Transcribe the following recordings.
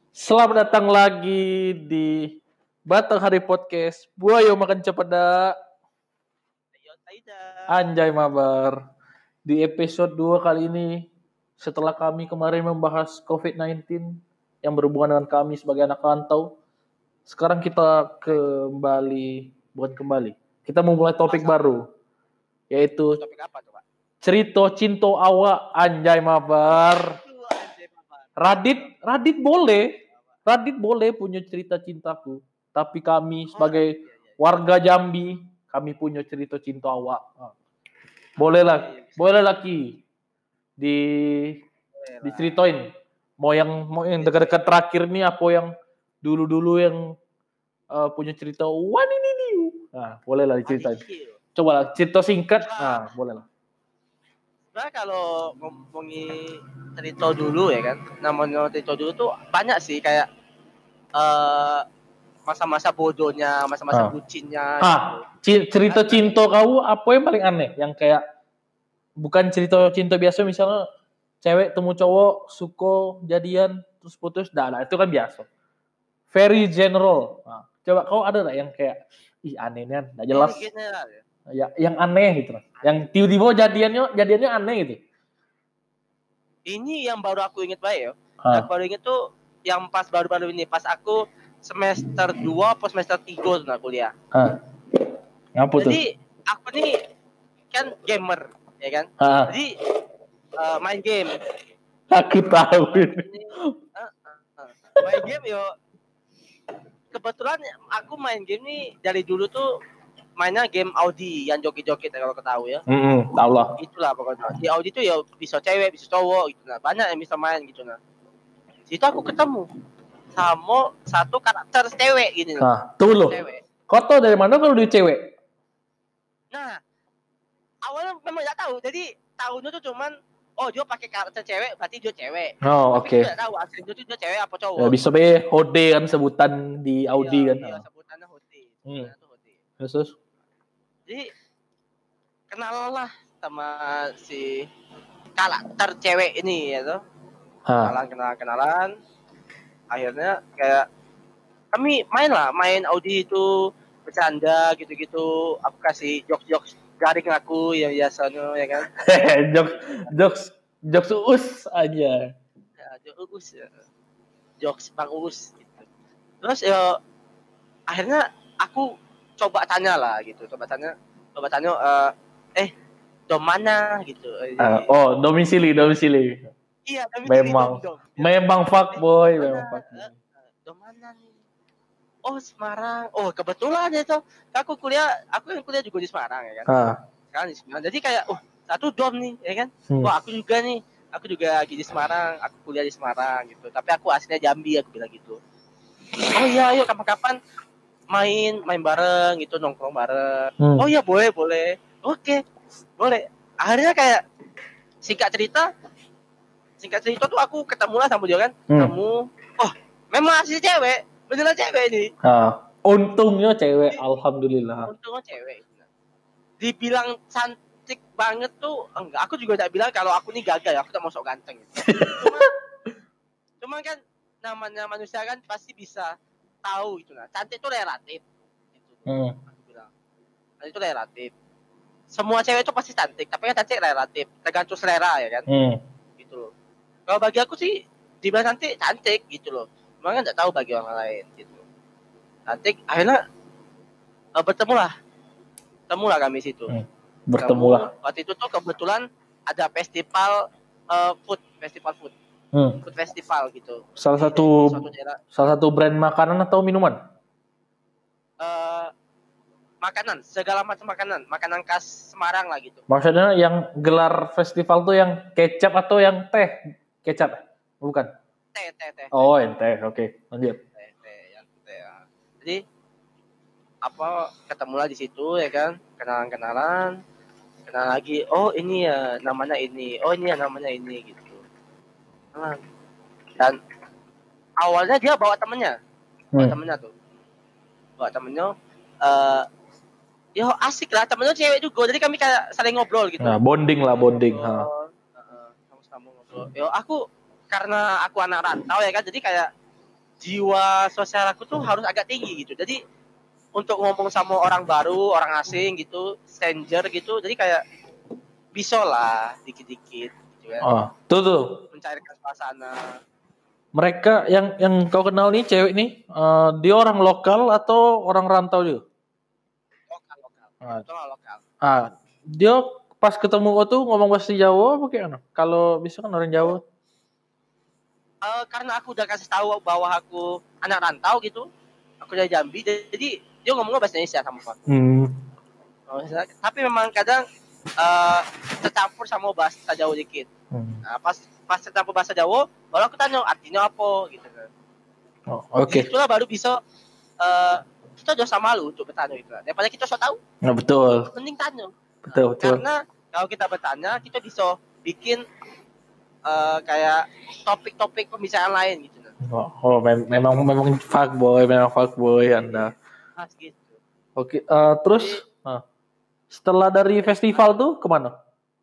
Selamat datang lagi di Batang Hari Podcast. Buayo makan cepada. Anjay mabar. Di episode 2 kali ini, setelah kami kemarin membahas COVID-19 yang berhubungan dengan kami sebagai anak rantau, sekarang kita bukan kembali. Kita memulai topik baru, yaitu Topik apa tuh, Pak? cerita cinta awak. Anjay mabar. Radit boleh punya cerita cintaku, tapi kami sebagai warga Jambi, kami punya cerita cinta awak. Boleh lagi diceritain. Mau yang dekat-dekat terakhir nih, apa yang dulu yang punya cerita wani nih. Nah, boleh lah diceritain. Coba lah cerita singkat. Nah, boleh lah. Nah, kalau ngomongin cerita dulu ya kan, namanya cerita dulu tuh banyak sih kayak masa-masa bodohnya, masa-masa bucinnya. Cerita cinta kau apa yang paling aneh? Yang kayak bukan cerita cinta biasa, misalnya cewek temu cowok suka jadian terus putus, dah itu kan biasa. Very general. Nah, coba kau ada nggak yang kayak anehnya, nggak jelas? Ya, yang aneh gitu lah. Yang tiba-tiba jadiannya aneh gitu. Ini yang baru aku inget baik ya. Yang baru inget tuh yang pas baru-baru ini, pas aku semester 2 atau semester 3 tuh kuliah. Ngapa tuh? Jadi aku nih kan gamer, ya kan? Jadi main game. Aku tahu. Main game yo. Kebetulan aku main game nih dari dulu tuh mainnya game Audi yang joki-joki kalau ketahui ya. Tahu lah. Itulah pokoknya. Di Audi tuh ya bisa cewek, bisa cowok gitu nah. Banyak yang bisa main gitu nah. Situ aku ketemu sama satu karakter cewek gitu. Nah, tuh loh. Kau tahu dari mana kalau dia cewek? Nah, awalnya memang nggak tahu. Jadi tahunya tuh cuman dia pakai karakter cewek, berarti dia cewek. Oh, oke. Tapi nggak tahu aslinya tuh dia cewek apa cowok. Ya, bisa be Hode kan sebutan di Audi kan. Iya, sebutannya Hode. Terus? Jadi kenal lah sama si karakter cewek ini ya tuh. Kenalan. Akhirnya kayak kami main Audi itu bercanda gitu-gitu. Aku kasih jokes garing aku yang biasanya ya kan. jokes us aja. Ya, jokes Bang Us gitu. Terus ya akhirnya aku coba tanya dom mana gitu. Domisili. Iya, memang fuckboy, dom mana nih? Oh, Semarang. Oh, kebetulan itu. Aku yang kuliah juga di Semarang ya kan. Sekarang di Semarang. Jadi kayak satu dom nih ya kan. Wah, aku juga lagi di Semarang, aku kuliah di Semarang gitu. Tapi aku aslinya Jambi, aku bilang gitu. Oh iya, ayo kapan-kapan main bareng gitu, nongkrong bareng. Oh iya, boleh. Oke, boleh. Akhirnya kayak singkat cerita tuh aku ketemu lah sama dia kan. Memang asli cewek. Beneran cewek ini. Untungnya cewek, alhamdulillah. Untungnya cewek. Dibilang cantik banget tuh enggak. Aku juga tidak bilang kalau aku nih gagal, aku tak mau sok ganteng. Cuma kan namanya manusia kan pasti bisa tahu gitu nah. Cantik itu relatif. Gitu. Aku bilang. Cantik itu relatif. Semua cewek itu pasti cantik, tapi kan cantik relatif, tergantung selera ya kan. Gitu loh. Kalau bagi aku sih dibilang cantik gitu loh. Cuma kan enggak tahu bagi orang lain gitu. Cantik, akhirnya bertemulah kami situ. Bertemulah. Waktu itu tuh kebetulan ada festival food festival gitu. Salah satu brand makanan atau minuman? Makanan, segala macam makanan khas Semarang lah gitu. Maksudnya yang gelar festival tuh yang kecap atau yang teh? Kecap? Bukan. Teh. Oh, yang teh. Oke, lanjut. Teh. Jadi ketemulah di situ ya kan, kenalan lagi. Oh ini ya namanya ini, namanya ini gitu. Dan awalnya dia bawa temennya asik lah, temennya cewek juga, jadi kami kayak saling ngobrol gitu. Nah, bonding. Sama ngobrol. Aku karena aku anak rantau ya kan, jadi kayak jiwa sosial aku tuh harus agak tinggi gitu. Jadi untuk ngomong sama orang baru, orang asing gitu, stranger gitu, jadi kayak bisa lah dikit-dikit gitu ya. Oh, tuh. Mencairkan suasana. Mereka yang kau kenal nih cewek nih, dia orang lokal atau orang rantau juga? Lokal. Dia pas ketemu kau tuh ngomong bahasa Jawa apa gimana? Kalau bisa kan orang Jawa. Karena aku udah kasih tahu bahwa aku anak rantau gitu, aku dari Jambi, jadi dia ngomongnya bahasa Indonesia sama aku. Tapi memang kadang tercampur sama bahasa Jawa dikit. Nah, pas tercampur bahasa Jawa, baru aku tanya artinya apa gitu kan. Oke. Itulah baru bisa kita udah sama lu untuk bertanya itu. Daripada kita so tahu. Nah, betul. Mending tanya. Betul. Karena kalau kita bertanya, kita bisa bikin kayak topik-topik pembicaraan lain gitu. Memang fuckboy Anda. Gitu. Oke, terus setelah dari festival tuh kemana?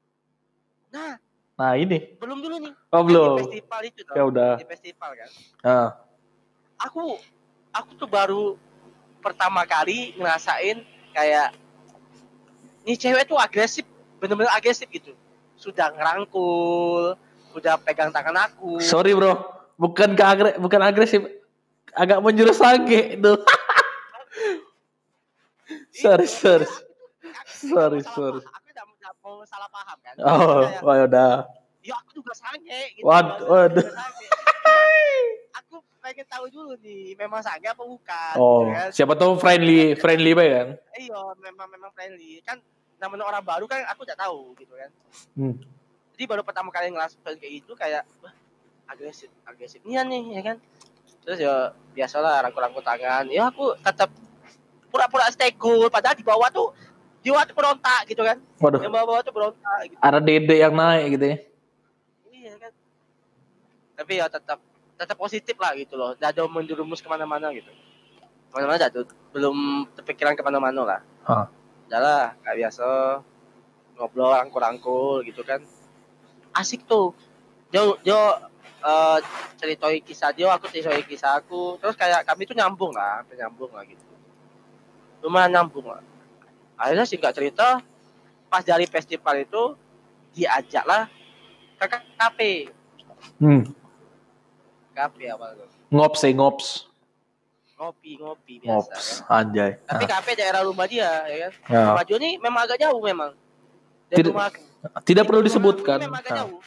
Nah ini. Belum dulu nih. Oh belum. Di festival itu ya udah. Di festival kan. Aku tuh baru pertama kali ngerasain kayak nih cewek tuh agresif, bener-bener agresif gitu. Sudah ngerangkul, udah pegang tangan aku. Sorry bro, bukan agresif, agak menjurus lagi tuh. sorry. Aku udah mau salah paham kan. Oh ya udah. Ya aku juga sange gitu. Waduh. Aku pengen tahu dulu nih, memang sange apa bukan? Oh, gitu kan. Siapa tahu friendly banget kan? Iya, memang friendly. Kan namanya orang baru kan aku udah tahu gitu kan. Jadi baru pertama kali ngerasain kayak gitu kayak agresif nian nih ya kan. Terus ya biasalah rangkul-rangkul tangan. Ya aku tetap pura-pura stay cool padahal di bawah tuh berontak gitu kan. Waduh. Yang bawah tuh berontak gitu. Ada dede yang naik gitu ya. Iya kan. Tapi ya tetap positif lah gitu loh. Enggak ada menjerumus kemana-mana gitu. Kemana-mana tuh belum terpikiran kemana-mana lah. Udah lah kayak biasa ngobrol rangkul-rangkul gitu kan. Asik tuh. Dia ceritain kisah dia, aku ceritain kisah aku. Terus kayak kami tuh nyambung lah gitu. Lumayan nyambung lah. Akhirnya singkat cerita, pas dari festival itu diajak lah ke kafe. Kafe awal tuh. Ngops. Ngopi biasa. Kan? Anjay. Tapi kafe daerah rumah dia, ya kan. Rumah dia nih memang agak jauh memang. Dari rumah aku. Tidak perlu disebutkan. Memang agak jauh.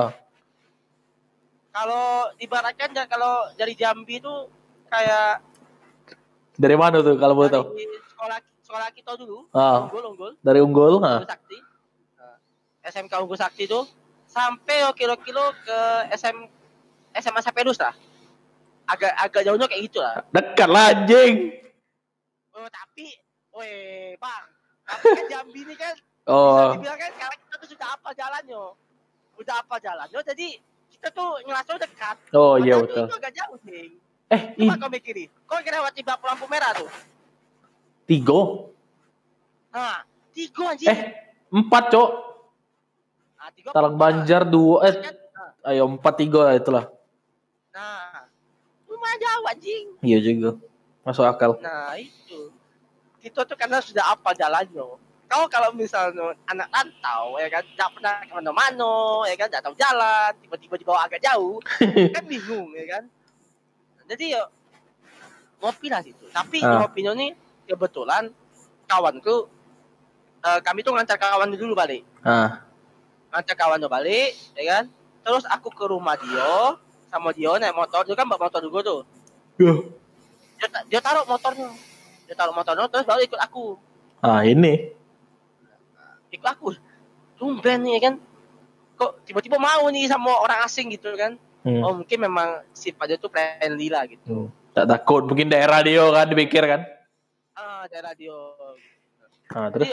Kalau ibaratkan kalau dari Jambi itu kayak dari mana tuh kalau boleh tahu? Sekolah kita dulu. Unggul. Dari Unggul. Sakti. SMK Unggul Sakti itu sampai kilo-kilo ke SMA Sapedus lah. Agak jauhnya kayak gitu lah. Dekat lah anjing. Tapi bang, tapi kan Jambi ini kan bisa dibilang kan sekarang kita tuh sudah apa jalannya, jadi kita tuh ngerasa dekat. Iya betul. Itu agak jauh sih. Coba kau mikirin. Kau kira lewat lampu merah tuh? 3. Nah, 3 anjing. 4 cok. Talang Banjar 2. Ayo 4 3 itulah. Nah, lumayan jauh anjing. Iya juga. Masuk akal. Nah, itu. Kita tuh karena sudah apa jalannya. Kalau misalnya anak rantau ya kan, tidak pernah kemana-mana ya kan, tidak tahu jalan, tiba-tiba dibawa agak jauh, kan bingung ya kan. Jadi ya ngopi lah situ. Tapi ngopinya nih kebetulan kawanku, kami tuh ngantar kawan dulu balik. Ngantar kawannya balik, ya kan. Terus aku ke rumah dia, sama dia naik motor, dia kan bawa motor juga tuh. Dia taruh motornya, terus baru ikut aku. Ini. Ikut aku. Tumben nih ya kan. Kok tiba-tiba mau nih sama orang asing gitu kan. Oh mungkin memang sifatnya tuh friendly lah gitu. Tak takut, mungkin daerah dia kan dipikir kan. Daerah dia. Terus?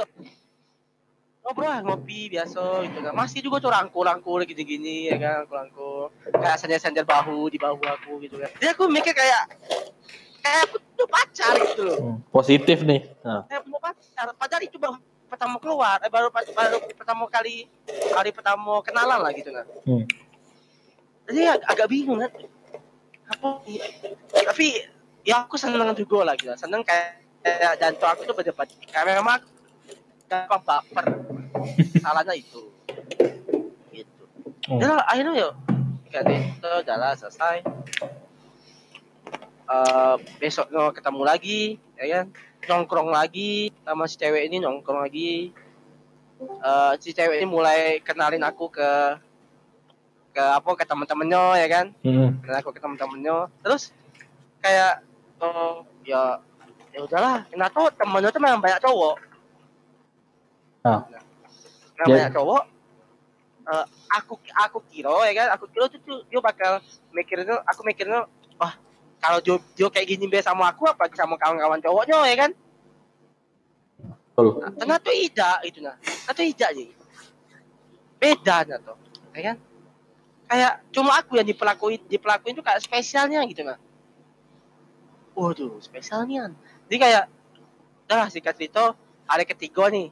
Ngopi biasa gitu kan. Masih juga tuh rangkul gini-gini ya kan, rangkul. Kayak sender bahu di bahu aku gitu kan. Jadi aku mikir kayak aku tuh pacar gitu loh. Positif nih. Kayak punya pacar. Padahal itu baru pertama keluar, baru pertama kali pertama kenalan lah gitu kan. Jadi agak bingung kan. Tapi ya aku seneng juga lah gitu. Seneng kayak jantung aku tuh berdebat. Karena memang gampang baper. Salahnya itu. Gitu. Udah akhirnya yuk. Kayak itu udahlah selesai. Besok ketemu lagi, ya kan? Nongkrong lagi sama si cewek ini nongkrong lagi. Si cewek ini mulai kenalin aku ke teman-temannya, ya kan? Kenalin aku ke teman-temannya. Terus kayak ya udahlah, kenapa temennya tuh memang banyak cowok. Banyak cowok. Aku kira, ya kan? Aku kira tuh dia bakal aku mikirnya, wah, kalau dia kayak gini biasa sama aku, apa sama kawan-kawan cowoknya, ya kan? Nah, ternyata tidak itu nah. Ternyata tidak sih. Beda tuh, ya kan? Kayak cuma aku yang dipelakuin tuh kayak spesialnya gitu nah. Waduh, spesialnya. Jadi kayak udah singkat cerita hari ketiga nih,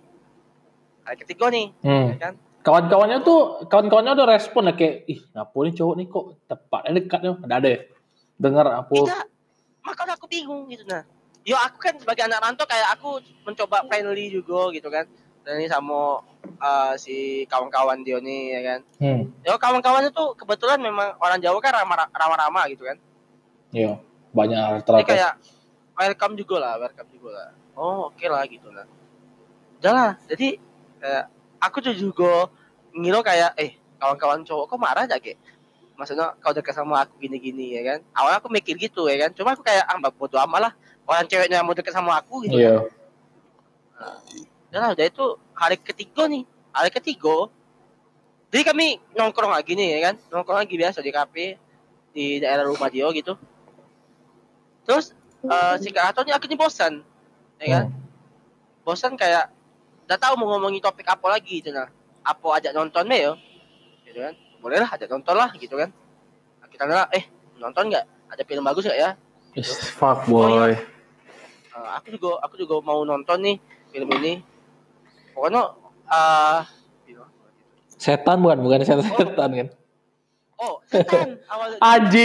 ya kan? Kawan-kawannya udah respon lah kayak, ih, ngapa nih cowok nih kok tepatnya dekatnya, ada ya? Dengar apa? Tidak, makanya aku bingung gitu nah. Yo aku kan sebagai anak rantau kayak aku mencoba friendly juga gitu kan. Dan ini sama si kawan-kawan dia nih, ya kan. Yo kawan-kawannya tuh kebetulan memang orang Jawa kan ramah-ramah gitu kan. Iya, banyak rata-rata. Jadi kayak welcome juga lah. Oh oke lah gitu lah. Udah lah, jadi aku tuh juga ngira kayak kawan-kawan cowok kok marah aja kayak. Maksudnya kau dekat sama aku gini-gini, ya kan. Awalnya aku mikir gitu, ya kan. Cuma aku kayak bodo amat lah. Orang ceweknya mau dekat sama aku gitu. Iya. Nah, udah itu hari ketiga nih. Jadi kami nongkrong lagi nih, ya kan. Nongkrong lagi biasa di kafe di daerah rumah dia gitu. Terus si Kak Ato nih akhirnya bosan, ya kan. Bosan kayak udah tahu mau ngomongin topik apa lagi gitu nah. Apa ajak nonton deh yo. Gitu kan. Boleh lah, ajak nonton lah gitu kan. Nah, kita nanya, nonton nggak? Ada film bagus nggak ya? Gitu. Fuck boy. Aku juga mau nonton nih film ini. Pokoknya setan bukan setan kan? Oh, setan awalnya.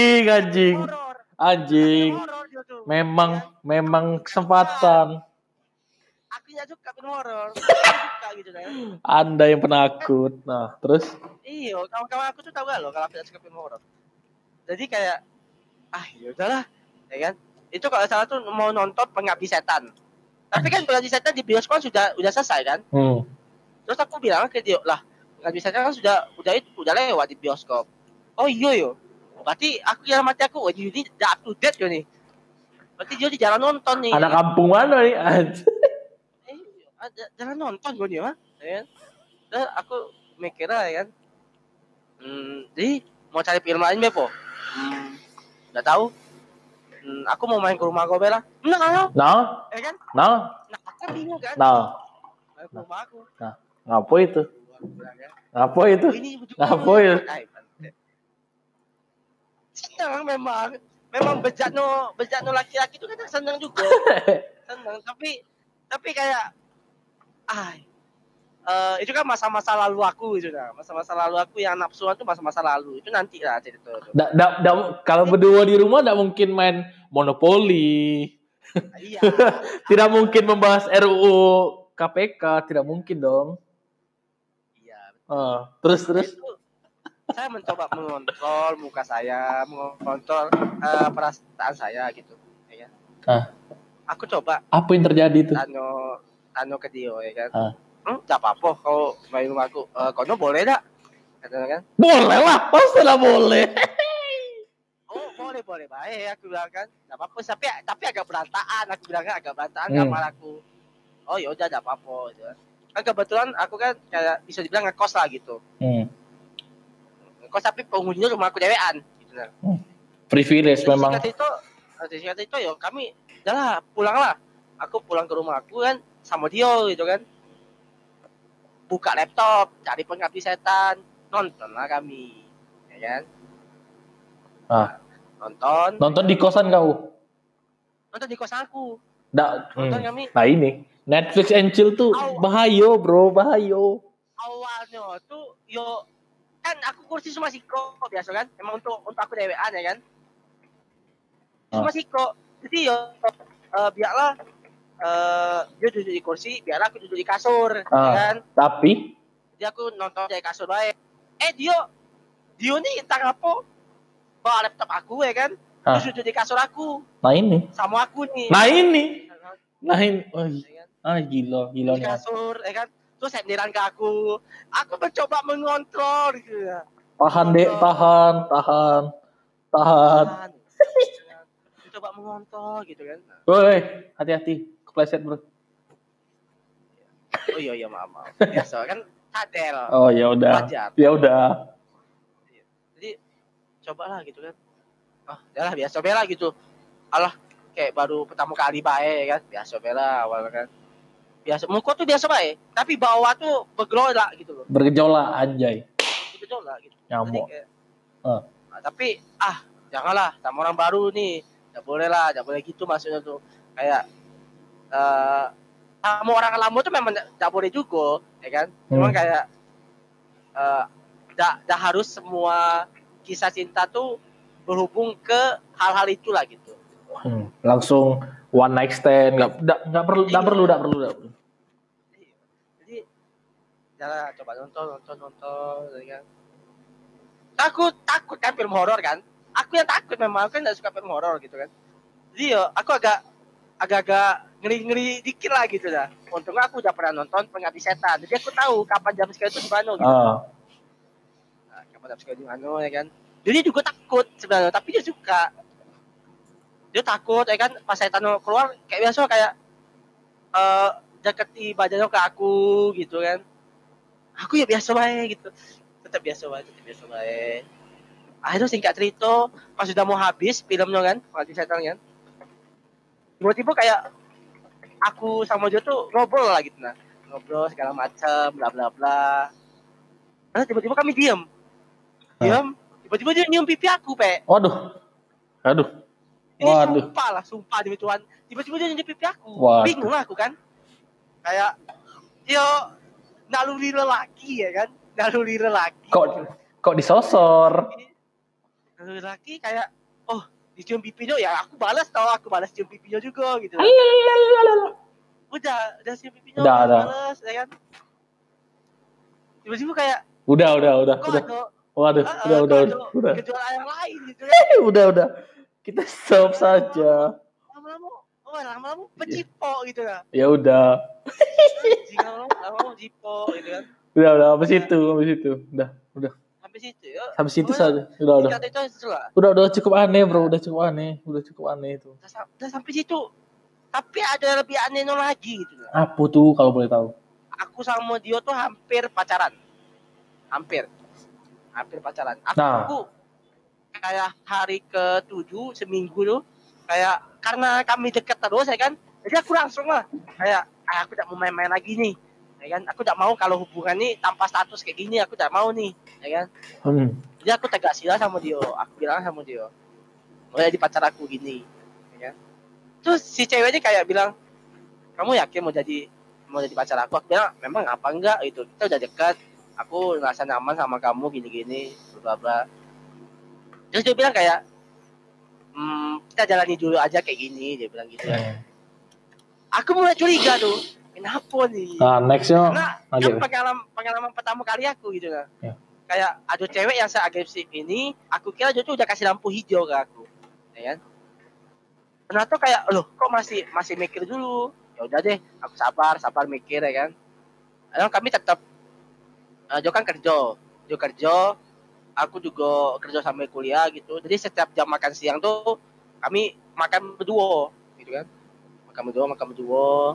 Anjing. Memang kesempatan. Aku nggak suka film horor. Gitu kan. Anda yang penakut. Nah, terus? Iya, kawan-kawan aku tuh tahu gak loh kalau aku nggak suka film horor. Jadi kayak ya udahlah, ya kan. Itu kalau salah tuh mau nonton Pengabdi Setan. Tapi kan Pengabdi Setan di bioskop udah selesai kan. Terus aku bilang ke dia, lah Pengabdi Setan kan udah lewat di bioskop. Oh iya yo. Berarti aku dalam hati aku, wah ini udah up to date yo nih. Berarti dia di jalan nonton nih. Anak kampung mana nih? Jalan nonton gue dia mah, ya kan. Terus aku mikirnya, ya kan. Jadi mau cari film lain Bepo. Nggak tahu. Aku mau main ke rumah gue Bella. Nah. Ya kan? Nah, aku bingung kan? Main ke rumah aku. Nah, ngapa itu? Ngapa itu? Senang memang bejatno laki-laki itu kan senang juga. Senang, tapi kayak itu kan masa-masa lalu aku gitu nah. Masa-masa lalu aku yang nafsuan itu masa-masa lalu. Itu nanti lah cerita itu. Kalau berdua di rumah enggak mungkin main Monopoli. Iya. Tidak mungkin membahas RUU KPK, tidak mungkin dong. Iya. Terus. Saya mencoba mengontrol muka saya, mengontrol perasaan saya gitu, ya kan. Aku coba. Apa yang terjadi itu? Tano ke dia, ya kan. Gak apa-apa kau main rumahku. Kono boleh tak? Katanya kan. Boleh lah, pastilah boleh. Oh boleh baik, aku bilang kan. Gak apa-apa, tapi agak berantakan. Aku bilangnya agak berantakan kamar aku. Oh yaudah gak apa-apa. Gitu. Kan kebetulan aku kan kayak bisa dibilang ngekos lah gitu. Ngekos tapi penghuninya rumah aku dewean. Gitu lah. Privilege memang. Singkat itu yo kami udahlah pulang lah. Aku pulang ke rumah aku kan sama dia gitu kan. Buka laptop, cari Pengabdi Setan, nonton lah kami, ya kan? Nonton di kosan kau? Nonton di kosan aku. Nonton kami. Nah ini Netflix and chill tuh bahaya bro. Awalnya tuh yo kan aku kursi cuma siko biasa kan, emang untuk aku dewean ya kan. cuma Siko. Jadi yo biarlah dia duduk di kursi, biarlah aku duduk di kasur, ya kan? Tapi jadi aku nonton dari kasur baik. Dia nih entah apa bawa laptop aku ya kan, terus duduk di kasur aku. Nah ini. Sama aku nih. Nah ini. Gila di kasur, ya kan? Terus sendiran ke aku. Aku mencoba mengontrol gitu ya. Tahan. Coba mengontrol gitu kan. Woi, hati-hati, kepleset bro. Oh iya maaf. Biasa kan cadel. Oh ya udah. Ya udah. Jadi cobalah gitu kan. Udahlah biasa bela gitu. Alah kayak baru pertama kali baik kan. Biasa bela awal kan. Biasa muka tuh biasa baik, tapi bawah tuh bergejolak gitu loh. Bergejolak anjay. Bergejolak gitu. Nyamuk. Tapi janganlah sama orang baru nih. Enggak boleh gitu maksudnya tuh. Kayak sama orang lama tuh memang enggak boleh juga, ya kan? Cuma kayak enggak harus semua kisah cinta tuh berhubung ke hal-hal itulah gitu. Langsung one night stand, enggak perlu. Jadi jangan coba nonton, ya kan? Takut kan film horor kan? Aku yang takut memang, aku enggak suka film horor gitu kan. Jadi aku agak ngeri dikit lah gitu dah. Untungnya aku udah pernah nonton Pengabdi Setan. Jadi aku tahu kapan jam sekian itu di mana gitu. Kapan jam sekian di mana ya kan. Jadi juga takut sebenarnya, tapi dia suka. Dia takut ya kan, pas setan keluar kayak biasa kayak deketi badannya ke aku gitu kan. Aku ya biasa baik gitu. Tetap biasa baik. Akhirnya singkat cerita, pas sudah mau habis filmnya kan, Pengabdi Setan kan. Tiba-tiba kayak aku sama dia tuh ngobrol lah gitu nah. Ngobrol segala macam bla bla bla. Nah, tiba-tiba kami diam. Tiba-tiba dia nyium pipi aku, Pe. Waduh. Ini sumpah demi Tuhan. Tiba-tiba dia nyium pipi aku. Bingung lah aku kan. Kayak dia naluri lelaki ya kan. Kok disosor? Naluri lelaki kayak dicium pipinya ya aku balas cium pipinya juga gitu. Udah cium pipinya balas ya kan. Tiba-tiba kayak udah. Waduh, udah. Kejuaraan yang lain gitu kan. Udah. Kita stop saja. Lama-lama pecipo gitu kan. Ya udah. Lama-lama jipo gitu kan. Udah, habis itu. Udah. Habis itu saja. Udah cukup aneh, bro. Udah cukup aneh itu. Udah sampai situ. Tapi ada lebih aneh lagi gitu. Apa tuh kalau boleh tahu? Aku sama dia tuh hampir pacaran. Hampir pacaran. Aku kayak hari ke-7 seminggu tuh kayak karena kami dekat terus ya kan. Jadi aku langsung lah kayak aku tidak mau main-main lagi nih. Ya kan? Aku tidak mau kalau hubungan ini tanpa status kayak gini, aku tidak mau nih, ya kan? Jadi aku tegak sila sama dia. Aku bilang sama dia, mau jadi pacar aku gini, ya kan? Terus si ceweknya kayak bilang, kamu yakin mau jadi pacar aku? Aku bilang, memang apa enggak itu? Kita udah dekat, aku ngerasa nyaman sama kamu gini-gini, bla bla. Terus dia bilang kayak, kita jalani dulu aja kayak gini, dia bilang gitu ya. Aku mulai curiga tuh. Kenapa nih? Nextnya karena pengalaman pertama kali aku gitu kan. Yeah. Kayak ada cewek yang seagresif ini, aku kira dia tuh udah kasih lampu hijau ke aku, ya kan? Ternyata kayak, kok masih mikir dulu. Ya udah deh, aku sabar mikir ya kan. Lalu kami tetap, dia kan kerja, aku juga kerja sambil kuliah gitu. Jadi setiap jam makan siang tuh kami makan berdua, gitu kan? Makan berdua.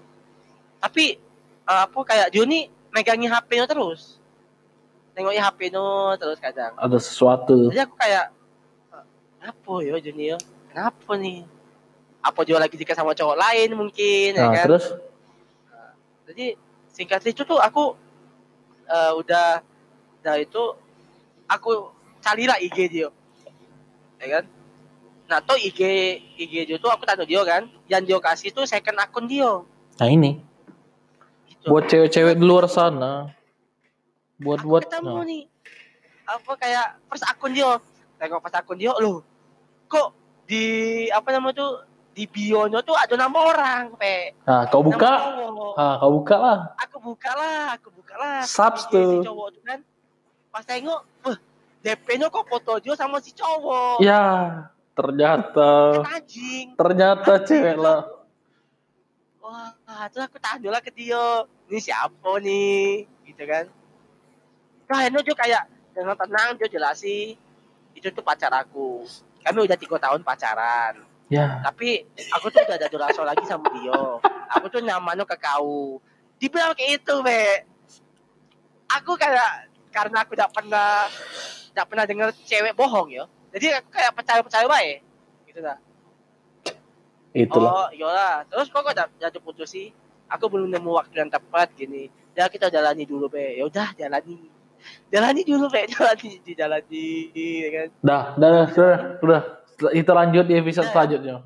Tapi kayak dia nih megangin HP-nya terus. Nengoknya HP-nya terus kadang. Ada sesuatu. Jadi aku kayak apa ya Junior? Kenapa nih? Apa dia lagi dekat sama cowok lain mungkin ya kan? Terus? Jadi singkat itu tuh aku udah itu aku carilah IG dia. Ya kan? Nah, tuh IG dia tuh aku tanya dia kan, yang dia kasih tuh second akun dia. Nah, ini. Buat cewek-cewek di luar sana. Buat ketemu nih. Apa kayak first akun dia. Tengok first akun dia, kok di apa namanya tuh di bio-nya tuh ada nama orang, Pe. Nah, kau buka. Kau buka lah. Aku buka lah. Subs tuh. Si cowok tuh kan. Pas tengok, DP-nya kok foto dia sama si cowok. Ya, ternyata. Anjing. Ternyata cewek lah. Wah, terus aku tanya lah ke dia. Ini siapa nih? Gitu kan. Nah, ini dia kayak dengan tenang dia jelasin. Itu tuh pacar aku. Kami udah 3 tahun pacaran. Ya. Tapi aku tuh udah ada rasa lagi sama dia. Aku tuh nyamannya ke kau. Dibilang kayak itu, Be. Aku kayak karena aku gak pernah dengar cewek bohong ya. Jadi aku kayak percaya baik. Gitu dah. Itulah. Oh, iyalah. Terus kok udah putus sih? Aku belum nemu waktu yang tepat gini. Ya kita jalani dulu, Be. Ya udah, jalani dulu, Be. Dijalani, ya kan. Udah. Itu lanjut di episode selanjutnya.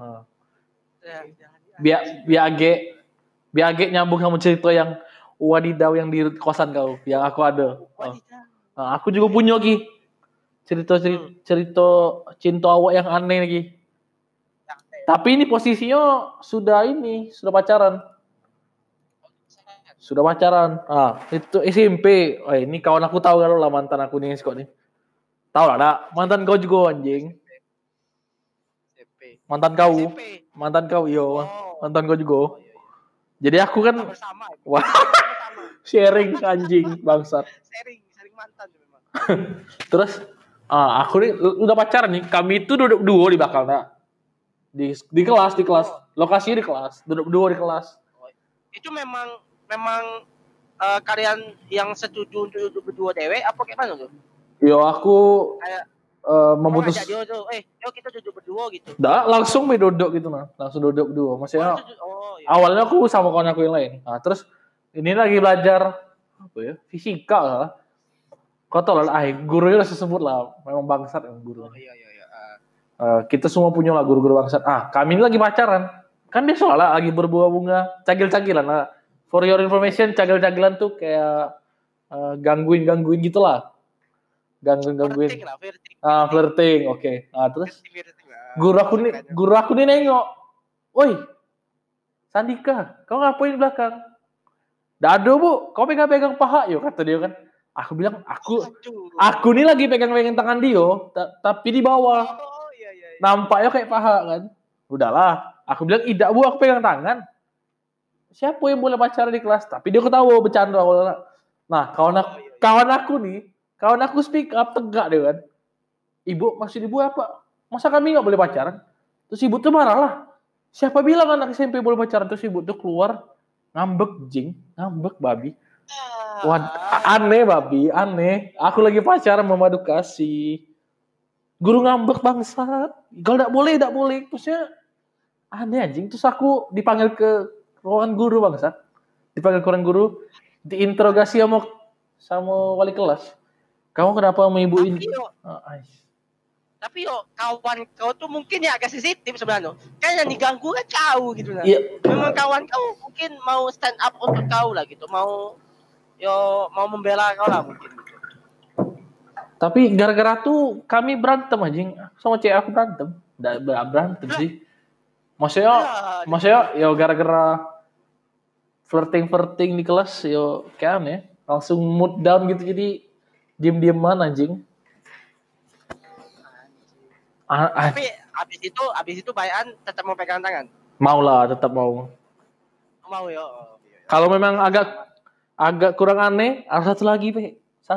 Biar nyambung sama cerita yang wadidaw yang di kosan kau, yang aku ada. Aku juga punya lagi cerita cinta awak yang aneh lagi. Tapi ini posisinya sudah pacaran. Itu SMP. Ini kawan aku tahu kalau lah mantan aku nih kok nih. Tahu lah, ada mantan kau juga anjing. Mantan kau, yo. Mantan kau juga. Jadi aku kan wah. Sharing anjing bangsat. Sharing mantan memang. Terus aku nih udah pacaran nih. Kami itu duduk duo di belakang di kelas. Lokasinya di kelas. Duduk duo di kelas. Itu memang kalian yang setuju untuk duduk berdua dewe apa kayak mana tuh? Yo aku kayak memutus yuk kita duduk berdua gitu. Langsung duduk gitu nah. Langsung duduk berdua. Maksudnya awalnya aku sama kawan aku yang lain. Nah, terus ini lagi belajar apa ya? Fisika lah. Kau tau lah, gurunya udah sebut lah. Memang bangsat yang guru. Iya. Kita semua punya lah guru-guru bangsat. Kami ini lagi pacaran. Kan dia soalnya lagi berbunga-bunga, cagil-cagilan lah. For your information, cagil-cagilan tuh kayak gangguin gitu lah. Gangguin. Flirting. Oke. Terus guru aku nih nengok. Woi, Sandika, kau ngapain di belakang? Dado, Bu, kau pegang-pegang paha yo, kata dia kan. Aku bilang, aku nih lagi pegang-pegang tangan dia, tapi di bawah. Iya. Nampaknya kayak paha kan. Udahlah, aku bilang, tidak Bu, aku pegang tangan. Siapa yang boleh pacaran di kelas? Tapi dia ketawa, bercanda. Nah, kawan aku speak up, tegak dia kan. Ibu, maksud ibu apa? Masa kami gak boleh pacaran? Terus ibu tuh marah lah. Siapa bilang anak SMP boleh pacaran? Terus ibu tuh keluar, ngambek babi. Wah, aneh babi, aneh. Aku lagi pacaran sama Madu Kasih. Guru ngambek bangsat. Kalau gak boleh. Terusnya aneh anjing. Terus aku dipanggil ke ruangan guru bangsat. Diinterogasi sama wali kelas. Kamu kenapa sama ibu ini? Tapi kawan kau tuh mungkin ya agak sensitif sebenarnya. Kan yang diganggu kan kau gitu lah. Iya. Memang kawan kau mungkin mau stand up untuk kau lah gitu. Mau membela kau lah mungkin. Tapi gara-gara tuh kami berantem anjing. Sama cewek aku berantem. Berantem sih. Maksudnya gara-gara flirting di kelas kayak aneh. Langsung mood down gitu jadi diem-dieman anjing. Tapi abis itu bayan tetap mau pegang tangan? Mau lah, tetap mau. Mau ya. Kalau memang agak kurang aneh, ada satu lagi, Pe.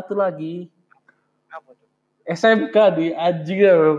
Apa tuh? SMK di anjing ya, Bang.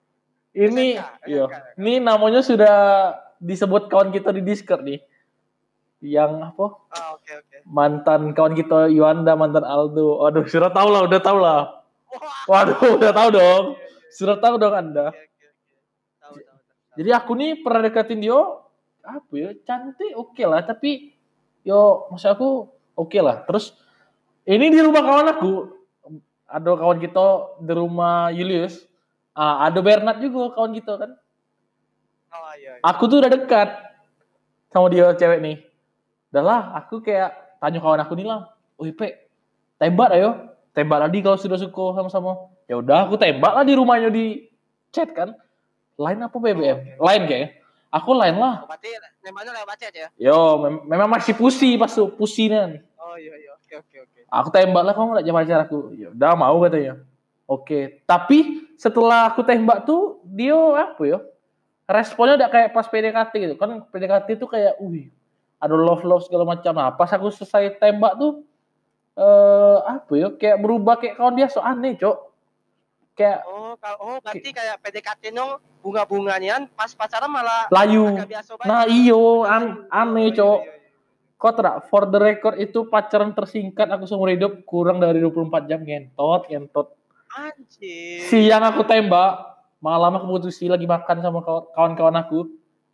Ini namanya sudah disebut kawan kita di Discord nih. Yang apa? Oke. Mantan kawan kita Yuanda, mantan Aldo. Aduh, sudah tahu lah. Waduh, udah tahu dong. Sudah tahu dong Anda. Tahu. Jadi aku nih pernah deketin dia, cantik oke lah, tapi maksud aku oke lah. Terus ini di rumah kawan aku, ada kawan kita di rumah Julius, ada Bernard juga kawan kita kan. Iya. Aku tuh udah dekat sama dia cewek nih. Udah lah, aku kayak tanya kawan aku nih lah, Pe, tembak lagi kalau sudah suka sama-sama. Ya udah aku tembak lah di rumahnya di chat kan. Line apa BBM? Line kayaknya. Aku Line lah. Berarti nembaknya lewat chat ya? Yo, memang masih pusi pas tuh, pusinan. Oh iya. Oke. Aku tembak lah, kamu nggak jadi pacar aku. Ya udah mau katanya. Oke. Tapi setelah aku tembak tuh, dia apa ya? Responnya udah kayak pas PDKT gitu. Kan PDKT tuh kayak, ada love segala macam. Nah, pas aku selesai tembak tuh, apa ya? Kayak berubah kayak kawan dia, so aneh, Cok. Kayak berarti kayak PDKT no bunga-bunganya pas pacaran malah layu. Nah, iyo aneh, Cok. Kok for the record itu pacaran tersingkat aku seumur hidup kurang dari 24 jam ngentot. Anjir. Siang aku tembak, malam aku putusin lagi makan sama kawan-kawan aku.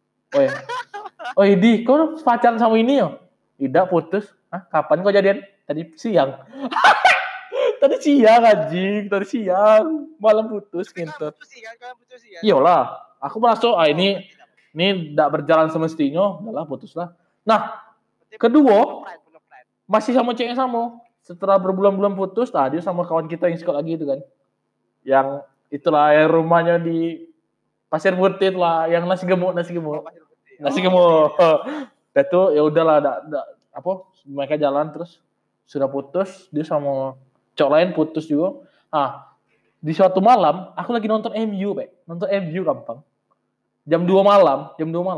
Di, kau pacaran sama ini ya? Tidak putus. Hah, kapan kau jadian? Tadi siang. Tadi siang. Malam putus ngentot. Iyalah, aku merasa ini tidak berjalan semestinya, udahlah putuslah. Nah, kedua masih sama cewek sama. Setelah berbulan-bulan putus, dia sama kawan kita yang sekolah lagi itu kan. Yang itulah yang rumahnya di Pasir Putih lah, yang nasi gemuk. Dan tuh ya udahlah, mereka jalan terus sudah putus, dia sama cowok lain putus juga. Di suatu malam aku lagi nonton MU, gampang. Jam 2 malam.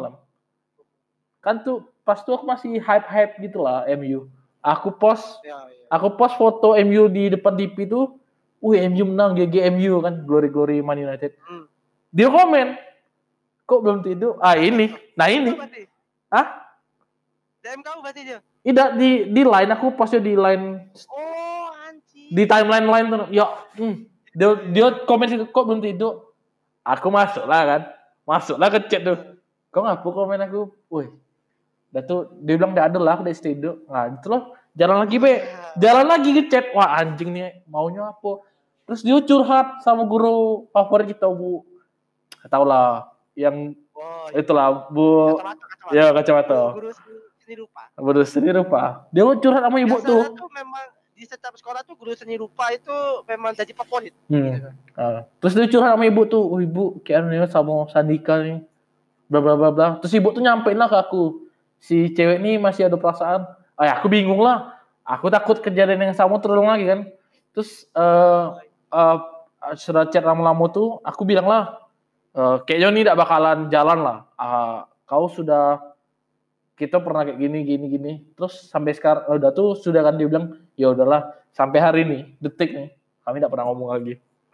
Kan tuh pas tuh aku masih hype gitulah MU. Aku post foto MU di depan TV tuh. MU menang, GG MU kan, glory Man United. Dia komen, kok belum tidur? Ini. DM kamu berarti dia? Tidak, di line, aku postnya di line. Anjir. Di timeline tuh. Ya, dia komen situ, kok belum tidur? Aku masuklah ke chat tuh. Kok ngapa komen aku? Dah tuh dia bilang enggak ada lah, aku udah tidur. Nah, itu loh. Jalan lagi ke chat. Wah, anjing nih, maunya apa? Terus dia curhat sama guru favorit kita, Bu. Tahu lah, yang itulah, Bu. Kacamata. Ya, kacamata. Guru seni rupa. Dia curhat sama ibu tuh. Tuh memang di setiap sekolah tuh guru seni rupa itu memang jadi favorit. Terus dia curhat sama ibu tuh, ibu kayaknya sama Sandika nih, bla bla bla bla. Terus ibu tuh nyampein lah ke aku, si cewek nih masih ada perasaan. Aku bingung lah, aku takut kejadian yang sama terulang lagi kan. Terus sudah chat lama-lama tuh, aku bilang lah, kayaknya ini tidak bakalan jalan lah. Kita pernah kayak gini. Terus sampai sekarang udah tuh sudah kan dia bilang, ya udahlah sampai hari ini, detik nih, kami tidak pernah ngomong lagi.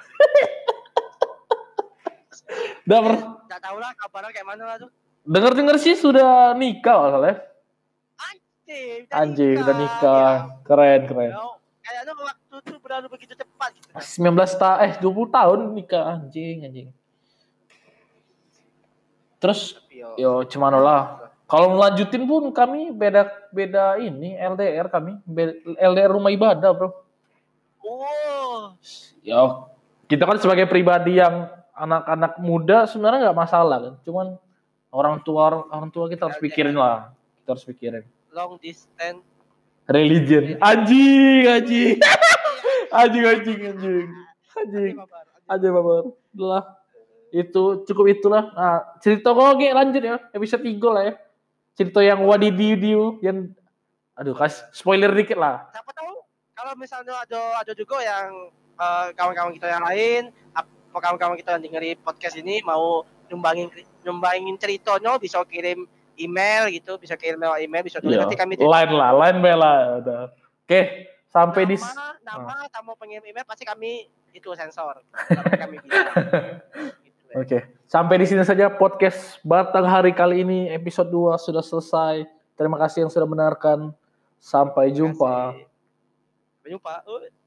Enggak tahu lah kabarnya kayak mana lah tuh. Dengar sih sudah nikah masalahnya. Anjing, udah nikah. Ya. Keren. Kayaknya waktu tuh berlalu begitu cepat gitu. 20 tahun nikah, anjing. Terus cuman lah. Kalau melanjutin pun kami beda ini LDR LDR rumah ibadah, Bro. Ya, kita kan sebagai pribadi yang anak-anak muda sebenarnya nggak masalah kan. Cuman orang tua kita harus pikirin lah. Kita harus pikirin. Long distance religion. Anjing. Babar. Udah. Itu cukup itulah. Nah, cerita kok lanjut ya. Episode 3 lah ya. Cerita yang wadidiu yang spoiler dikit lah. Siapa tahu kalau misalnya ada juga yang kawan-kawan kita yang lain, kawan-kawan kita yang dengerin podcast ini mau nyumbangin ceritanya, bisa kirim email gitu, bisa kirim lewat email, bisa tulis nanti kami line bela udah. Oke, sampai nama tamu pengirim email pasti kami itu sensor. Kami bisa. Oke, sampai di sini saja podcast Batang hari kali ini, episode 2 sudah selesai. Terima kasih yang sudah mendengarkan. Sampai jumpa. Sampai jumpa.